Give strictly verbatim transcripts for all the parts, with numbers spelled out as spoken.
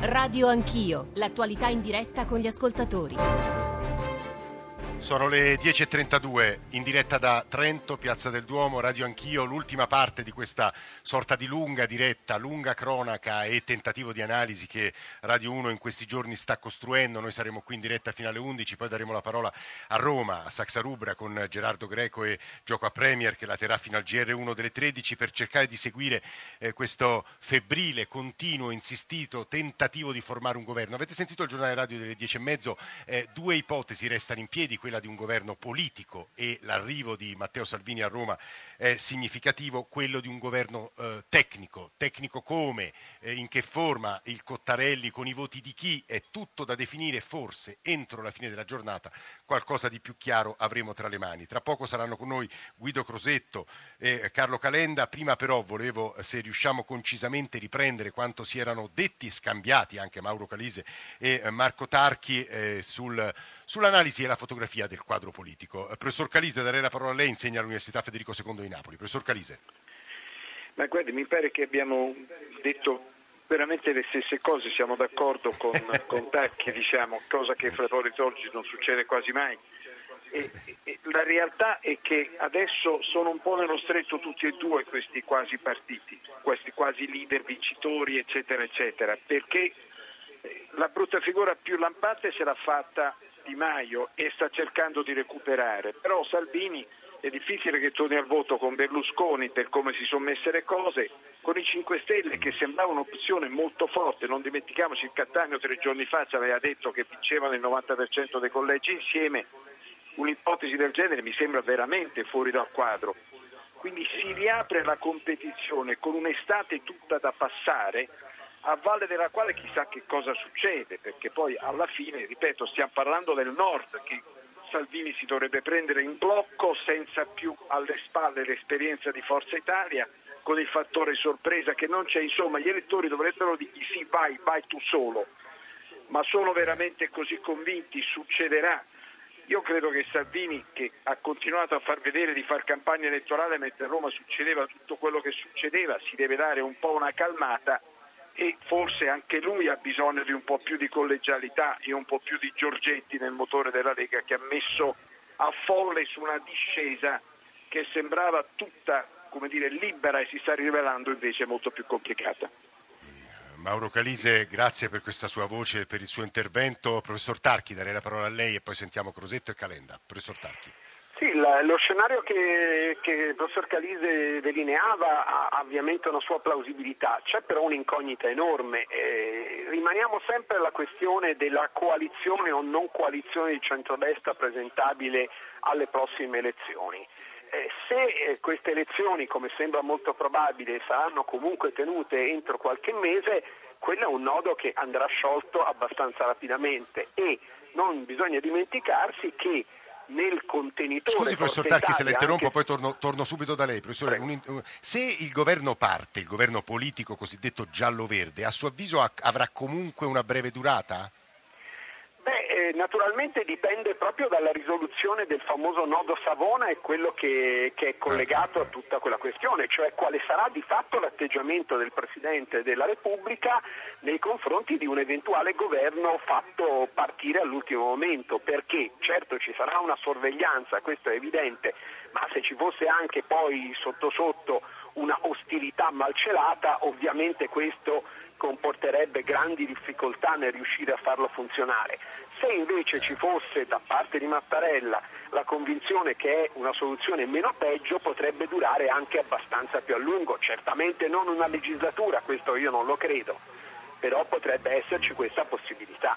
Radio Anch'io, l'attualità in diretta con gli ascoltatori. Sono le dieci e trentadue, in diretta da Trento, Piazza del Duomo, Radio Anch'io, l'ultima parte di questa sorta di lunga diretta, lunga cronaca e tentativo di analisi che Radio uno in questi giorni sta costruendo. Noi saremo qui in diretta fino alle undici, poi daremo la parola a Roma, a Saxa Rubra, con Gerardo Greco e Gioco a Premier, che la terrà fino al G R uno delle tredici, per cercare di seguire eh, questo febbrile, continuo, insistito tentativo di formare un governo. Avete sentito il giornale radio delle dieci e mezzo, eh, due ipotesi restano in piedi, quella di un governo politico, e l'arrivo di Matteo Salvini a Roma è significativo, quello di un governo eh, tecnico. Tecnico come, eh, in che forma, il Cottarelli con i voti di chi, è tutto da definire. Forse entro la fine della giornata qualcosa di più chiaro avremo tra le mani. Tra poco saranno con noi Guido Crosetto e Carlo Calenda. Prima però volevo, se riusciamo concisamente, riprendere quanto si erano detti e scambiati anche Mauro Calise e Marco Tarchi eh, sul sull'analisi e la fotografia del quadro politico. Eh, professor Calise, darei la parola a lei, insegna all'Università Federico secondo di Napoli. Professor Calise. Ma guardi, mi pare che abbiamo detto veramente le stesse cose, siamo d'accordo con, con Tacchi, diciamo, cosa che fra Boris oggi non succede quasi mai. E, e, la realtà è che adesso sono un po' nello stretto tutti e due questi quasi partiti, questi quasi leader vincitori, eccetera, eccetera, perché la brutta figura più lampante se l'ha fatta Di Maio e sta cercando di recuperare, però Salvini è difficile che torni al voto con Berlusconi per come si sono messe le cose, con i cinque Stelle che sembrava un'opzione molto forte. Non dimentichiamoci, il Cattaneo tre giorni fa ci aveva detto che vincevano il novanta per cento dei collegi insieme. Un'ipotesi del genere mi sembra veramente fuori dal quadro, quindi si riapre la competizione con un'estate tutta da passare, a valle della quale chissà che cosa succede, perché poi alla fine, ripeto, stiamo parlando del Nord, che Salvini si dovrebbe prendere in blocco senza più alle spalle l'esperienza di Forza Italia, con il fattore sorpresa che non c'è. Insomma, gli elettori dovrebbero dirgli sì, vai, vai tu solo, ma sono veramente così convinti? Succederà? Io credo che Salvini, che ha continuato a far vedere di far campagna elettorale mentre a Roma succedeva tutto quello che succedeva, si deve dare un po' una calmata, e forse anche lui ha bisogno di un po' più di collegialità e un po' più di Giorgetti nel motore della Lega, che ha messo a folle su una discesa che sembrava tutta, come dire, libera e si sta rivelando invece molto più complicata. Mauro Calise, grazie per questa sua voce e per il suo intervento. Professor Tarchi, darei la parola a lei e poi sentiamo Crosetto e Calenda. Professor Tarchi. Sì, la, lo scenario che, che il professor Calise delineava ha ovviamente una sua plausibilità, c'è però un'incognita enorme. Eh, rimaniamo sempre alla questione della coalizione o non coalizione di centrodestra presentabile alle prossime elezioni. Eh, se eh, queste elezioni, come sembra molto probabile, saranno comunque tenute entro qualche mese, quello è un nodo che andrà sciolto abbastanza rapidamente, e non bisogna dimenticarsi che nel contenitore. Scusi professor Forza Tarchi se la Italia, interrompo, anche... poi torno, torno subito da lei. Professore, un, un, se il governo parte, il governo politico cosiddetto giallo-verde, a suo avviso ha, avrà comunque una breve durata? Beh, eh, naturalmente dipende proprio dalla risoluzione del famoso nodo Savona e quello che, che è collegato a tutta quella questione, cioè quale sarà di fatto l'atteggiamento del Presidente della Repubblica nei confronti di un eventuale governo fatto partire all'ultimo momento, perché certo ci sarà una sorveglianza, questo è evidente, ma se ci fosse anche poi sotto sotto una ostilità malcelata, ovviamente questo comporterebbe grandi difficoltà nel riuscire a farlo funzionare. Se invece ci fosse da parte di Mattarella la convinzione che è una soluzione meno peggio, potrebbe durare anche abbastanza più a lungo, certamente non una legislatura, questo io non lo credo, però potrebbe esserci questa possibilità.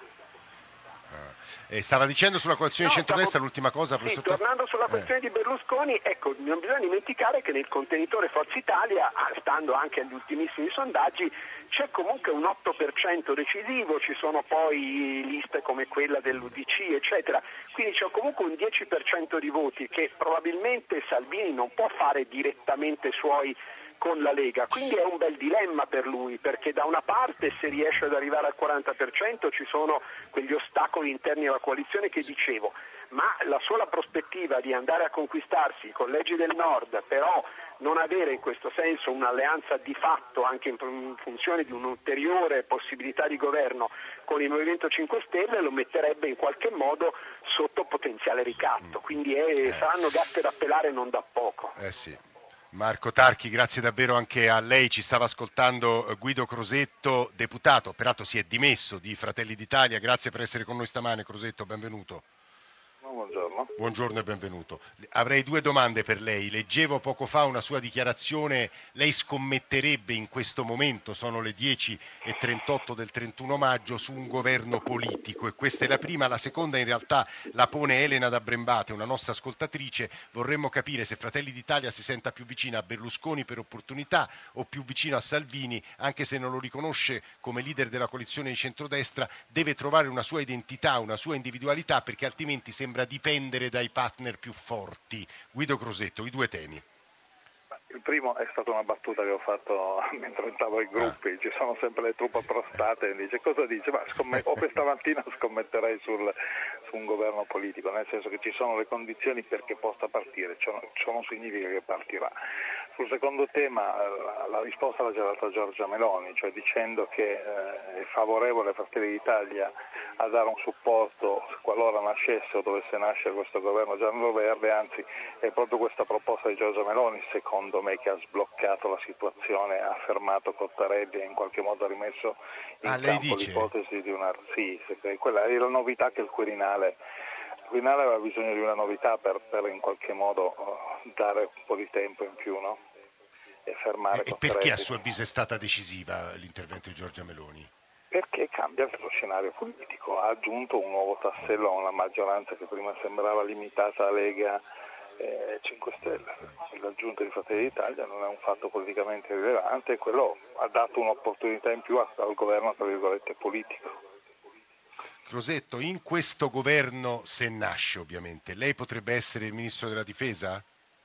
Eh, stava dicendo sulla coalizione no, di centrodestra stavo... l'ultima cosa? Sì, tornando sulla questione eh. di Berlusconi, ecco, non bisogna dimenticare che nel contenitore Forza Italia, stando anche agli ultimissimi sondaggi, c'è comunque un otto per cento decisivo, ci sono poi liste come quella dell'U D C, eccetera, quindi c'è comunque un dieci per cento di voti che probabilmente Salvini non può fare direttamente suoi con la Lega, quindi è un bel dilemma per lui, perché da una parte se riesce ad arrivare al quaranta per cento ci sono quegli ostacoli interni alla coalizione che dicevo, ma la sola prospettiva di andare a conquistarsi i collegi del Nord, però non avere in questo senso un'alleanza di fatto anche in, in funzione di un'ulteriore possibilità di governo con il Movimento cinque Stelle lo metterebbe in qualche modo sotto potenziale ricatto, quindi è, eh. saranno gatte da pelare non da poco. Eh sì. Marco Tarchi, grazie davvero anche a lei. Ci stava ascoltando Guido Crosetto, deputato, peraltro si è dimesso di Fratelli d'Italia. Grazie per essere con noi stamane, Crosetto, benvenuto. Buongiorno. Buongiorno e benvenuto. Avrei due domande per lei. Leggevo poco fa una sua dichiarazione, lei scommetterebbe in questo momento, sono le dieci e trentotto del trentuno maggio, su un governo politico, e questa è la prima. La seconda in realtà la pone Elena da Brembate, una nostra ascoltatrice. Vorremmo capire se Fratelli d'Italia si senta più vicina a Berlusconi per opportunità o più vicino a Salvini, anche se non lo riconosce come leader della coalizione di centrodestra, deve trovare una sua identità, una sua individualità, perché altrimenti sembra dipendere dai partner più forti. Guido Crosetto, i due temi. Il primo è stata una battuta che ho fatto mentre stavo ai gruppi, ah. Ci sono sempre le truppe prostate, e dice cosa dice? Ma scommet- o questa mattina scommetterei sul, su un governo politico, nel senso che ci sono le condizioni perché possa partire, ciò, ciò non significa che partirà. Sul secondo tema la risposta l'ha già data Giorgia Meloni, cioè dicendo che eh, è favorevole a Fratelli d'Italia a dare un supporto qualora nascesse o dovesse nascere questo governo giallo-verde, anzi è proprio questa proposta di Giorgia Meloni secondo me che ha sbloccato la situazione, ha fermato Cottarelli e in qualche modo ha rimesso in ah, lei campo dice? l'ipotesi di una sì, quella è la novità che il Quirinale il Quirinale aveva bisogno di una novità per, per in qualche modo uh, dare un po' di tempo in più, no? E fermare E Cottarelli. perché a suo avviso è stata decisiva l'intervento di Giorgia Meloni? Perché cambia lo scenario politico, ha aggiunto un nuovo tassello a una maggioranza che prima sembrava limitata a Lega e cinque Stelle. L'aggiunta di Fratelli d'Italia non è un fatto politicamente rilevante e quello ha dato un'opportunità in più al governo, tra virgolette, politico. Crosetto, in questo governo, se nasce ovviamente, lei potrebbe essere il ministro della difesa?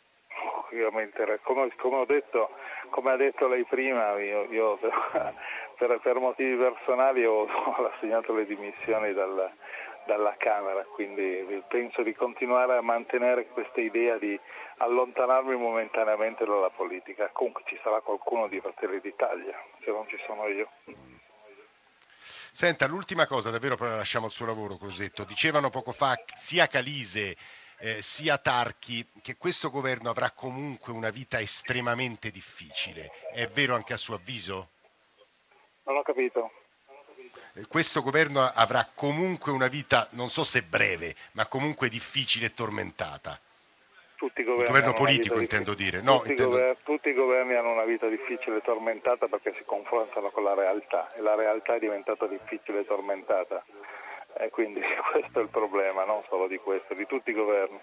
Io mi inter... come, come ho detto, come ha detto lei prima, io, io per, per motivi personali ho, ho assegnato le dimissioni dal, dalla Camera, quindi penso di continuare a mantenere questa idea di allontanarmi momentaneamente dalla politica. Comunque ci sarà qualcuno di Fratelli d'Italia, se non ci sono io. Senta, l'ultima cosa, davvero poi la lasciamo al suo lavoro, Crosetto. Dicevano poco fa sia Calise eh, sia Tarchi che questo governo avrà comunque una vita estremamente difficile. È vero anche a suo avviso? Non ho capito. Eh, questo governo avrà comunque una vita, non so se breve, ma comunque difficile e tormentata. Tutti i governi Il governo hanno politico una intendo difficile. dire. No, tutti, intendo... I governi, tutti i governi hanno una vita difficile e tormentata perché si confrontano con la realtà e la realtà è diventata difficile e tormentata. E quindi questo è il problema, non solo di questo, di tutti i governi.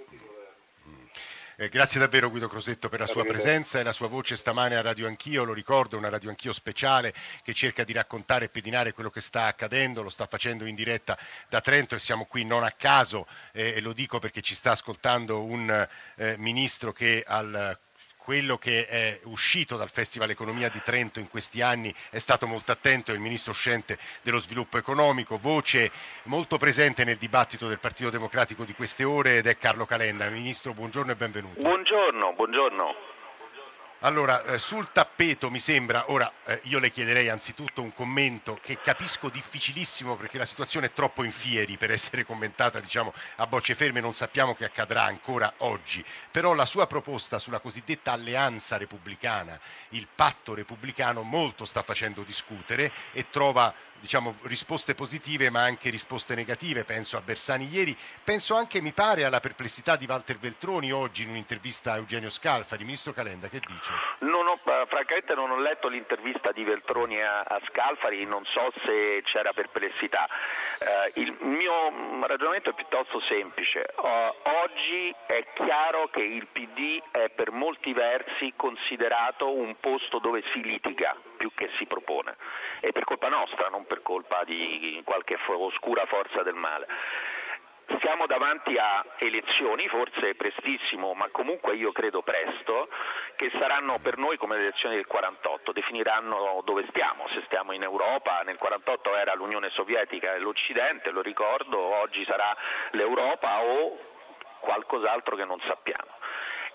Eh, grazie davvero Guido Crosetto per la sua presenza e la sua voce stamane a Radio Anch'io, lo ricordo, una Radio Anch'io speciale che cerca di raccontare e pedinare quello che sta accadendo, lo sta facendo in diretta da Trento e siamo qui non a caso eh, e lo dico perché ci sta ascoltando un eh, ministro che al quello che è uscito dal Festival Economia di Trento in questi anni è stato molto attento, è il ministro uscente dello sviluppo economico, voce molto presente nel dibattito del Partito Democratico di queste ore ed è Carlo Calenda. Ministro, buongiorno e benvenuto. Buongiorno, buongiorno. Allora, eh, sul tappeto mi sembra, ora eh, io le chiederei anzitutto un commento che capisco difficilissimo perché la situazione è troppo in fieri per essere commentata diciamo a bocce ferme, non sappiamo che accadrà ancora oggi, però la sua proposta sulla cosiddetta alleanza repubblicana, il patto repubblicano molto sta facendo discutere e trova diciamo risposte positive ma anche risposte negative, penso a Bersani ieri, penso anche mi pare alla perplessità di Walter Veltroni oggi in un'intervista a Eugenio Scalfari. Ministro Calenda, che dice? Non ho, francamente non ho letto l'intervista di Veltroni a, a Scalfari, non so se c'era perplessità. Eh, il mio ragionamento è piuttosto semplice. Uh, oggi è chiaro che il P D è per molti versi considerato un posto dove si litiga più che si propone, e per colpa nostra, non per colpa di qualche oscura forza del male. Siamo davanti a elezioni, forse prestissimo, ma comunque io credo presto, che saranno per noi come le elezioni del quarantotto, definiranno dove stiamo, se stiamo in Europa, nel quarantotto era l'Unione Sovietica e l'Occidente, lo ricordo, oggi sarà l'Europa o qualcos'altro che non sappiamo.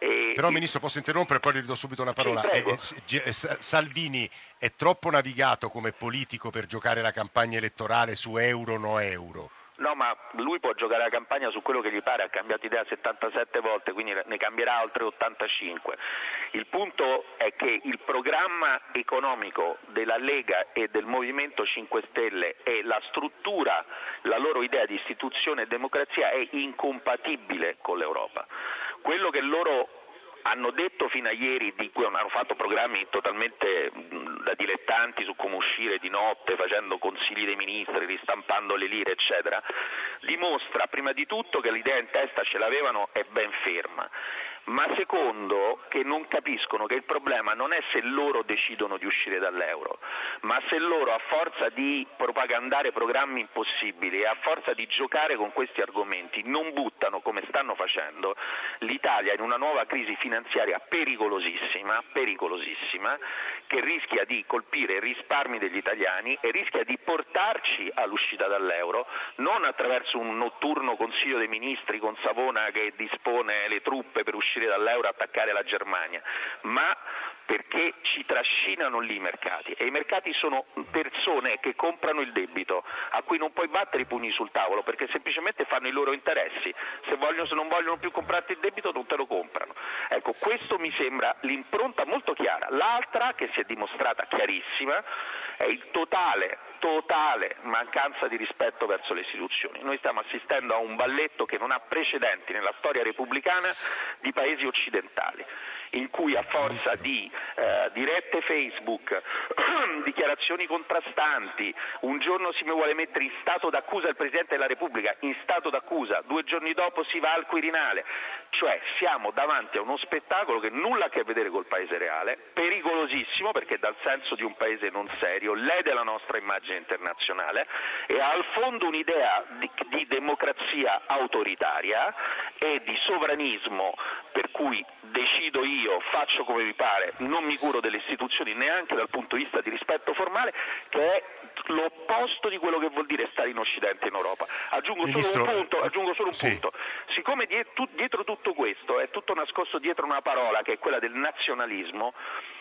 E Però il... Ministro, posso interrompere e poi gli do subito la parola. Sì, eh, eh, Salvini è troppo navigato come politico per giocare la campagna elettorale su euro no euro? No, ma lui può giocare la campagna su quello che gli pare, ha cambiato idea settantasette volte, quindi ne cambierà altre ottantacinque. Il punto è che il programma economico della Lega e del Movimento cinque Stelle e la struttura, la loro idea di istituzione e democrazia è incompatibile con l'Europa. Quello che loro hanno detto fino a ieri, di cui hanno fatto programmi totalmente mh, da dilettanti su come uscire di notte, facendo consigli dei ministri, ristampando le lire, eccetera, dimostra prima di tutto che l'idea in testa ce l'avevano e ben ferma. Ma secondo, che non capiscono che il problema non è se loro decidono di uscire dall'euro, ma se loro, a forza di propagandare programmi impossibili e a forza di giocare con questi argomenti, non buttano, come stanno facendo, l'Italia in una nuova crisi finanziaria pericolosissima, pericolosissima, che rischia di colpire i risparmi degli italiani e rischia di portarci all'uscita dall'euro, non attraverso un notturno Consiglio dei Ministri con Savona che dispone le truppe per uscire dall'euro e attaccare la Germania, ma perché ci trascinano lì i mercati, e i mercati sono persone che comprano il debito, a cui non puoi battere i pugni sul tavolo perché semplicemente fanno i loro interessi. Se vogliono, se non vogliono più comprarti il debito non te lo comprano. Ecco, questo mi sembra l'impronta molto chiara. L'altra, che si è dimostrata chiarissima, è il totale, totale mancanza di rispetto verso le istituzioni. Noi stiamo assistendo a un balletto che non ha precedenti nella storia repubblicana di paesi occidentali, in cui a forza di eh, dirette Facebook, dichiarazioni contrastanti, un giorno si mi vuole mettere in stato d'accusa il Presidente della Repubblica, in stato d'accusa, due giorni dopo si va al Quirinale, cioè siamo davanti a uno spettacolo che nulla ha a che vedere col paese reale, pericolosissimo perché dà il senso di un paese non serio, lede la nostra immagine internazionale e ha al fondo un'idea di, di democrazia autoritaria e di sovranismo per cui decido io, faccio come mi pare, non mi curo delle istituzioni neanche dal punto di vista di rispetto formale, che è l'opposto di quello che vuol dire stare in Occidente e in Europa. Aggiungo Ministro, solo un punto, aggiungo solo un sì. punto. Siccome dietro, dietro tutto questo è tutto nascosto dietro una parola che è quella del nazionalismo,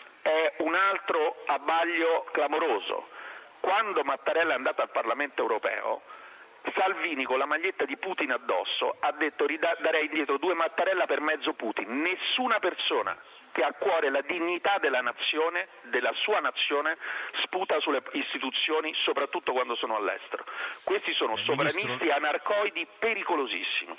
è un altro abbaglio clamoroso. Quando Mattarella è andato al Parlamento europeo, Salvini con la maglietta di Putin addosso ha detto darei indietro due Mattarella per mezzo Putin. Nessuna persona che ha a cuore la dignità della nazione, della sua nazione, sputa sulle istituzioni, soprattutto quando sono all'estero. Questi sono sovranisti Ministro... anarcoidi pericolosissimi.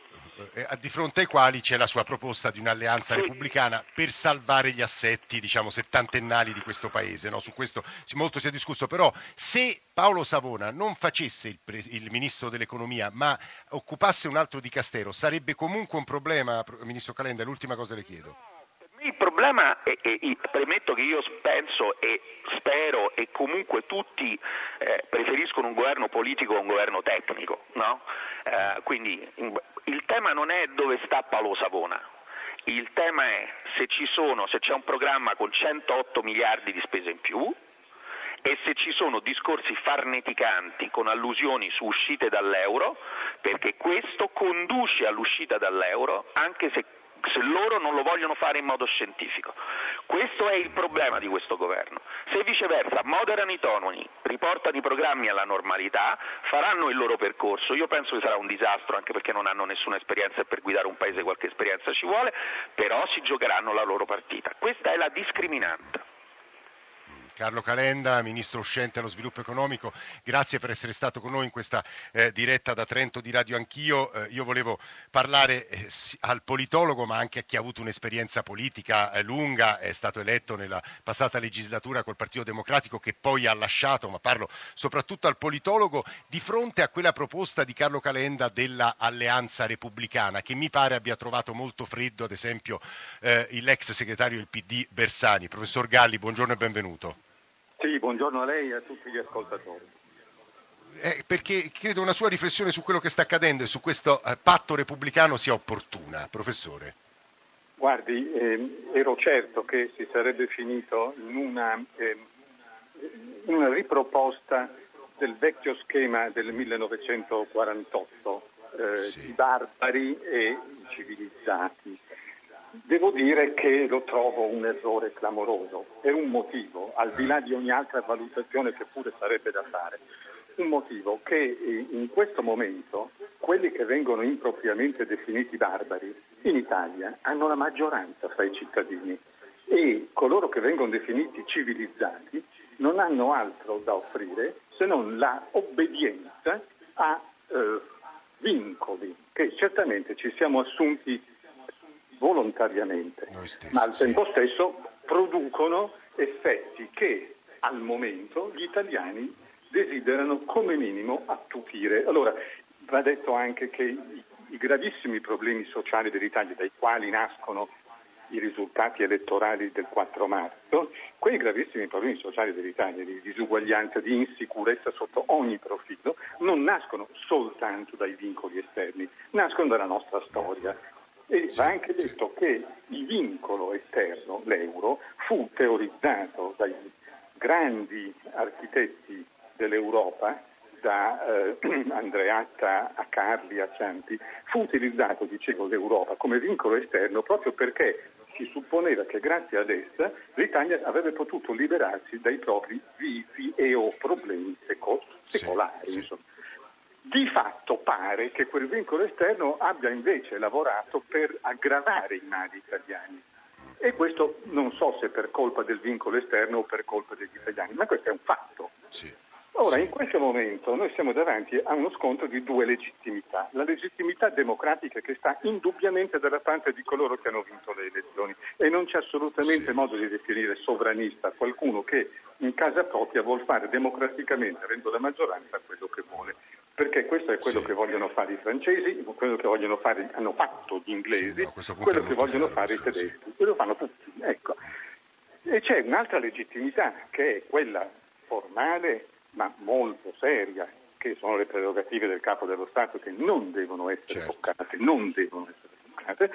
Di fronte ai quali c'è la sua proposta di un'alleanza sì. repubblicana per salvare gli assetti, diciamo, settantennali di questo paese, no? Su questo molto si è discusso, però se Paolo Savona non facesse il, pre- il ministro dell'economia ma occupasse un altro dicastero, sarebbe comunque un problema, Ministro Calenda? L'ultima cosa le chiedo. Il problema è, è, è, premetto che io penso e spero e comunque tutti eh, preferiscono un governo politico a un governo tecnico, no? Eh, quindi il tema non è dove sta Paolo Savona, il tema è se ci sono, se c'è un programma con centootto miliardi di spese in più e se ci sono discorsi farneticanti con allusioni su uscite dall'euro, perché questo conduce all'uscita dall'euro anche se se loro non lo vogliono fare in modo scientifico. Questo è il problema di questo governo. Se viceversa moderano i toni, riportano i programmi alla normalità, faranno il loro percorso. Io penso che sarà un disastro anche perché non hanno nessuna esperienza e per guidare un paese qualche esperienza ci vuole, però si giocheranno la loro partita. Questa è la discriminante. Carlo Calenda, Ministro uscente allo sviluppo economico, grazie per essere stato con noi in questa eh, diretta da Trento di Radio Anch'io. Eh, io volevo parlare eh, al politologo, ma anche a chi ha avuto un'esperienza politica eh, lunga, è stato eletto nella passata legislatura col Partito Democratico che poi ha lasciato, ma parlo soprattutto al politologo, di fronte a quella proposta di Carlo Calenda della alleanza repubblicana, che mi pare abbia trovato molto freddo, ad esempio, eh, l'ex segretario del P D Bersani. Professor Galli, buongiorno e benvenuto. Sì, buongiorno a lei e a tutti gli ascoltatori. Eh, perché credo una sua riflessione su quello che sta accadendo e su questo eh, patto repubblicano sia opportuna, professore. Guardi, eh, ero certo che si sarebbe finito in una, eh, in una riproposta del vecchio schema del millenovecentoquarantotto, eh, sì. I barbari e i civilizzati. devo dire che lo trovo un errore clamoroso, per un motivo, al di là di ogni altra valutazione che pure sarebbe da fare. Un motivo che in questo momento quelli che vengono impropriamente definiti barbari in Italia hanno la maggioranza fra i cittadini e coloro che vengono definiti civilizzati non hanno altro da offrire se non la obbedienza a eh, vincoli che certamente ci siamo assunti volontariamente, stessi, ma al sì. tempo stesso producono effetti che al momento gli italiani desiderano come minimo attutire. Allora, va detto anche che i, i gravissimi problemi sociali dell'Italia, dai quali nascono i risultati elettorali del quattro marzo, quei gravissimi problemi sociali dell'Italia, di disuguaglianza, di insicurezza sotto ogni profilo, non nascono soltanto dai vincoli esterni, nascono dalla nostra storia. E va anche detto che il vincolo esterno, l'euro, fu teorizzato dai grandi architetti dell'Europa, da eh, Andreatta a Carli a Ciampi, fu utilizzato, dicevo, l'Europa come vincolo esterno proprio perché si supponeva che grazie ad essa l'Italia avrebbe potuto liberarsi dai propri vizi e o problemi seco- secolari. Sì, sì. Insomma. Di fatto pare che quel vincolo esterno abbia invece lavorato per aggravare i mali italiani. E questo non so se per colpa del vincolo esterno o per colpa degli italiani, ma questo è un fatto. Sì. Ora, Sì. in questo momento noi siamo davanti a uno scontro di due legittimità. La legittimità democratica che sta indubbiamente dalla parte di coloro che hanno vinto le elezioni e non c'è assolutamente Sì. modo di definire sovranista qualcuno che in casa propria vuol fare democraticamente, avendo la maggioranza, quello che vuole. Perché questo è quello Sì. che vogliono fare i francesi, quello che vogliono fare, hanno fatto gli inglesi, Sì, no, a questo punto quello è che molto vogliono chiaro, fare sì, i tedeschi, quello fanno tutti. Ecco. E c'è un'altra legittimità che è quella formale ma molto seria, che sono le prerogative del capo dello Stato che non devono essere Certo. toccate, non devono essere toccate.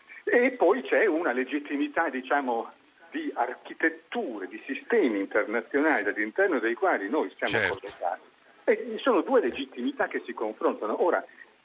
E poi c'è una legittimità, diciamo, di architetture, di sistemi internazionali all'interno dei quali noi siamo Certo. collegati. E sono due legittimità che si confrontano. Ora,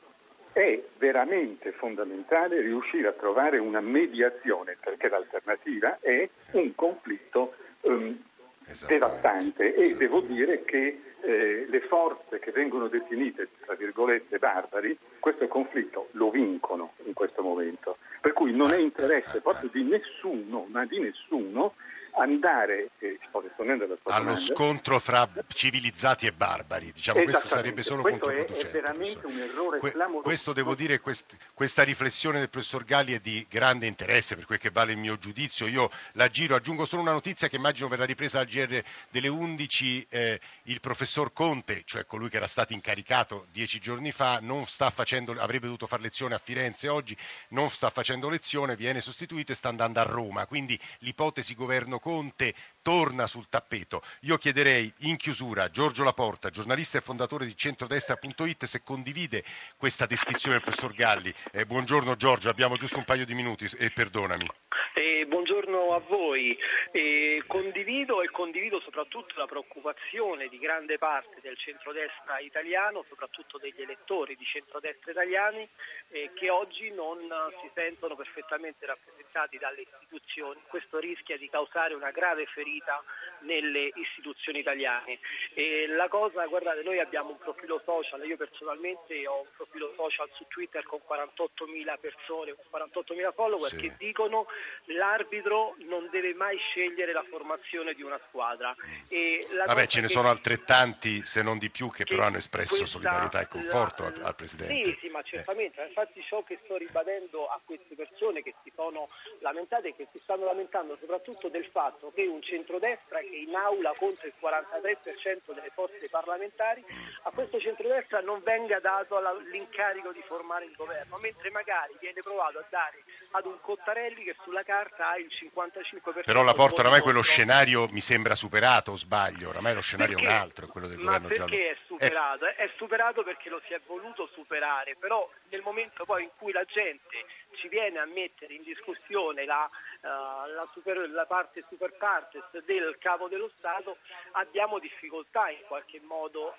è veramente fondamentale riuscire a trovare una mediazione, perché l'alternativa è un conflitto um, devastante. E devo dire che eh, le forze che vengono definite, tra virgolette, barbari, questo conflitto lo vincono in questo momento. Per cui non è interesse proprio di nessuno, ma di nessuno, andare, eh, sto rispondendo alla sua allo domanda, scontro fra civilizzati e barbari, diciamo, questo sarebbe solo questo è, controproducente. è veramente professore. un errore Que- clamoroso. questo devo dire, quest- questa riflessione del professor Galli è di grande interesse per quel che vale il mio giudizio. Io la giro, aggiungo solo una notizia che immagino verrà ripresa al G R delle undici. Eh, il professor Conte, cioè colui che era stato incaricato dieci giorni fa, non sta facendo, avrebbe dovuto fare lezione a Firenze oggi, non sta facendo lezione, viene sostituito e sta andando a Roma, quindi l'ipotesi governo Conte torna sul tappeto. Io chiederei in chiusura Giorgio Laporta, giornalista e fondatore di centrodestra punto it, se condivide questa descrizione del professor Galli. Eh, buongiorno Giorgio, abbiamo giusto un paio di minuti e perdonami. Eh, buongiorno a voi. Eh, condivido e condivido soprattutto la preoccupazione di grande parte del centrodestra italiano, soprattutto degli elettori di centrodestra italiani, eh, che oggi non si sentono perfettamente rappresentati dalle istituzioni. Questo rischia di causare una grave ferita nelle istituzioni italiane. E la cosa, guardate, noi abbiamo un profilo social, io personalmente ho un profilo social su Twitter con quarantottomila persone, con quarantottomila follower, Sì. che dicono l'arbitro non deve mai scegliere la formazione di una squadra. E la Vabbè, cosa ce ne che... sono altrettanti, se non di più, che, che però hanno espresso questa, solidarietà e conforto la, al, al Presidente. Sì, sì, ma certamente. Eh. Infatti ciò che sto ribadendo a queste persone che si sono lamentate, che si stanno lamentando soprattutto del fatto che un centrodestra che in aula conta il quarantatré per cento delle forze parlamentari, a questo centrodestra non venga dato alla, l'incarico di formare il governo, mentre magari viene provato a dare ad un Cottarelli che sulla carta ha il cinquantacinque per cento. Però la porta, oramai quello contro. scenario mi sembra superato, o sbaglio? Oramai lo scenario Perché? è un altro, è quello del Ma governo perché giallo. è superato? Eh. È superato perché lo si è voluto superare, però nel momento poi in cui la gente ci viene a mettere in discussione la, uh, la, super, la parte super partes del capo dello Stato, abbiamo difficoltà in qualche modo a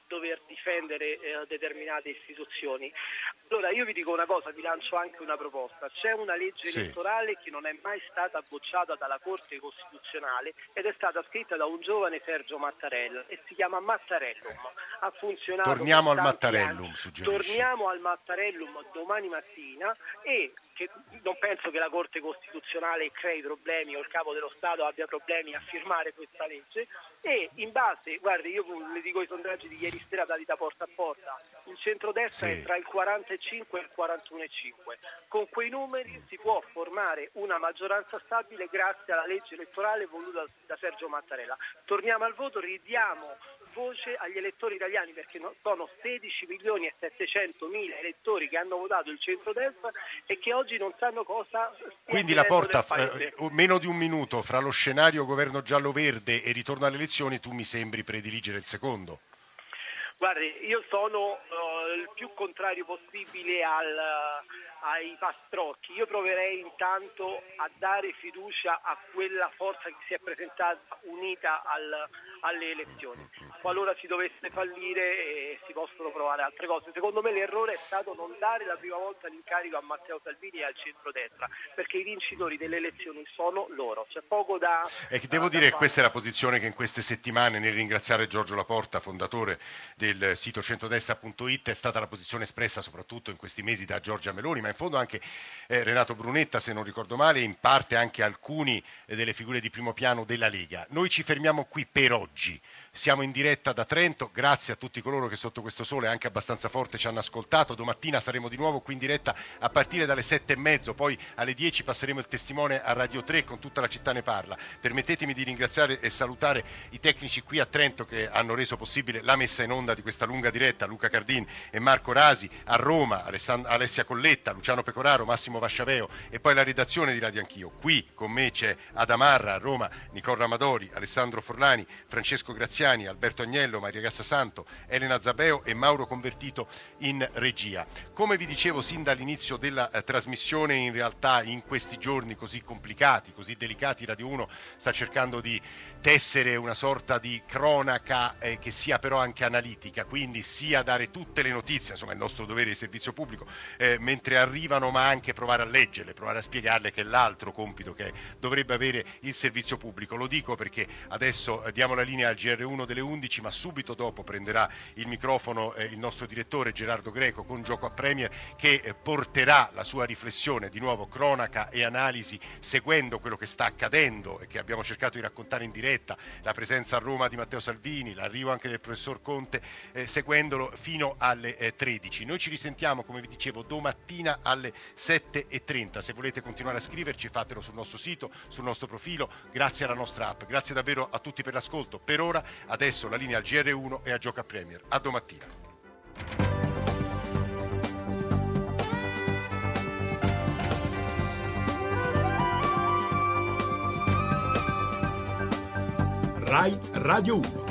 dover difendere eh, determinate istituzioni. Allora io vi dico una cosa, vi lancio anche una proposta. C'è una legge sì. elettorale che non è mai stata bocciata dalla Corte Costituzionale ed è stata scritta da un giovane Sergio Mattarella e si chiama Mattarellum. Ha funzionato. Torniamo al tanti Mattarellum, anni. suggerisci. Torniamo al Mattarellum domani mattina e che non penso che la Corte Costituzionale crei problemi o il Capo dello Stato abbia problemi a firmare questa legge e in base, guardi, io le dico i sondaggi di ieri sera dati da Porta a Porta, il centrodestra sì. è tra il quarantacinque e il quarantuno virgola cinque. Con quei numeri si può formare una maggioranza stabile grazie alla legge elettorale voluta da Sergio Mattarella. Torniamo al voto, ridiamo voce agli elettori italiani perché sono sedici milioni e settecento mila elettori che hanno votato il centrodestra e che oggi non sanno cosa stia Quindi la Porta, eh, meno di un minuto fra lo scenario governo giallo-verde e ritorno alle elezioni, tu mi sembri prediligere il secondo. Guardi, io sono uh, il più contrario possibile al, uh, ai pastrocchi. Io proverei intanto a dare fiducia a quella forza che si è presentata unita al, alle elezioni. Qualora si dovesse fallire eh, si possono provare altre cose. Secondo me l'errore è stato non dare la prima volta l'incarico a Matteo Salvini e al centrodestra, perché i vincitori delle elezioni sono loro. C'è poco da... E che devo da dire che fare. questa è la posizione che in queste settimane, nel ringraziare Giorgio Laporta, fondatore del sito centrodestra punto it, è stata la posizione espressa soprattutto in questi mesi da Giorgia Meloni, ma in fondo anche eh, Renato Brunetta, se non ricordo male, e in parte anche alcuni eh, delle figure di primo piano della Lega. Noi ci fermiamo qui per oggi. Siamo in diretta da Trento, grazie a tutti coloro che sotto questo sole anche abbastanza forte ci hanno ascoltato. Domattina saremo di nuovo qui in diretta a partire dalle sette e mezzo, poi alle dieci passeremo il testimone a Radio tre con Tutta la città ne parla. Permettetemi di ringraziare e salutare i tecnici qui a Trento che hanno reso possibile la messa in onda di questa lunga diretta, Luca Cardin e Marco Rasi, a Roma Alessand- Alessia Colletta, Luciano Pecoraro, Massimo Vasciaveo e poi la redazione di Radio Anch'io. Qui con me c'è Adamarra, a Roma Nicola Amadori, Alessandro Forlani, Francesco Graziani, Alberto Agnello, Maria Grazia Santo, Elena Zabeo e Mauro Convertito in regia. Come vi dicevo sin dall'inizio della eh, trasmissione, in realtà in questi giorni così complicati, così delicati, Radio uno sta cercando di tessere una sorta di cronaca eh, che sia però anche analitica, quindi sia dare tutte le notizie, insomma è il nostro dovere di servizio pubblico, eh, mentre arrivano, ma anche provare a leggerle, provare a spiegarle, che è l'altro compito che dovrebbe avere il servizio pubblico. Lo dico perché adesso eh, diamo la linea al G R uno delle undici, ma subito dopo prenderà il microfono eh, il nostro direttore Gerardo Greco con Gioco a Premier, che eh, porterà la sua riflessione, di nuovo cronaca e analisi, seguendo quello che sta accadendo e che abbiamo cercato di raccontare in diretta, la presenza a Roma di Matteo Salvini, l'arrivo anche del professor Conte, eh, seguendolo fino alle eh, tredici. Noi ci risentiamo, come vi dicevo, domattina alle sette e trenta. Se volete continuare a scriverci, fatelo sul nostro sito, sul nostro profilo, grazie alla nostra app. Grazie davvero a tutti per l'ascolto. Per ora adesso la linea al G R uno e a Gioca Premier. A domattina. Rai Radio uno.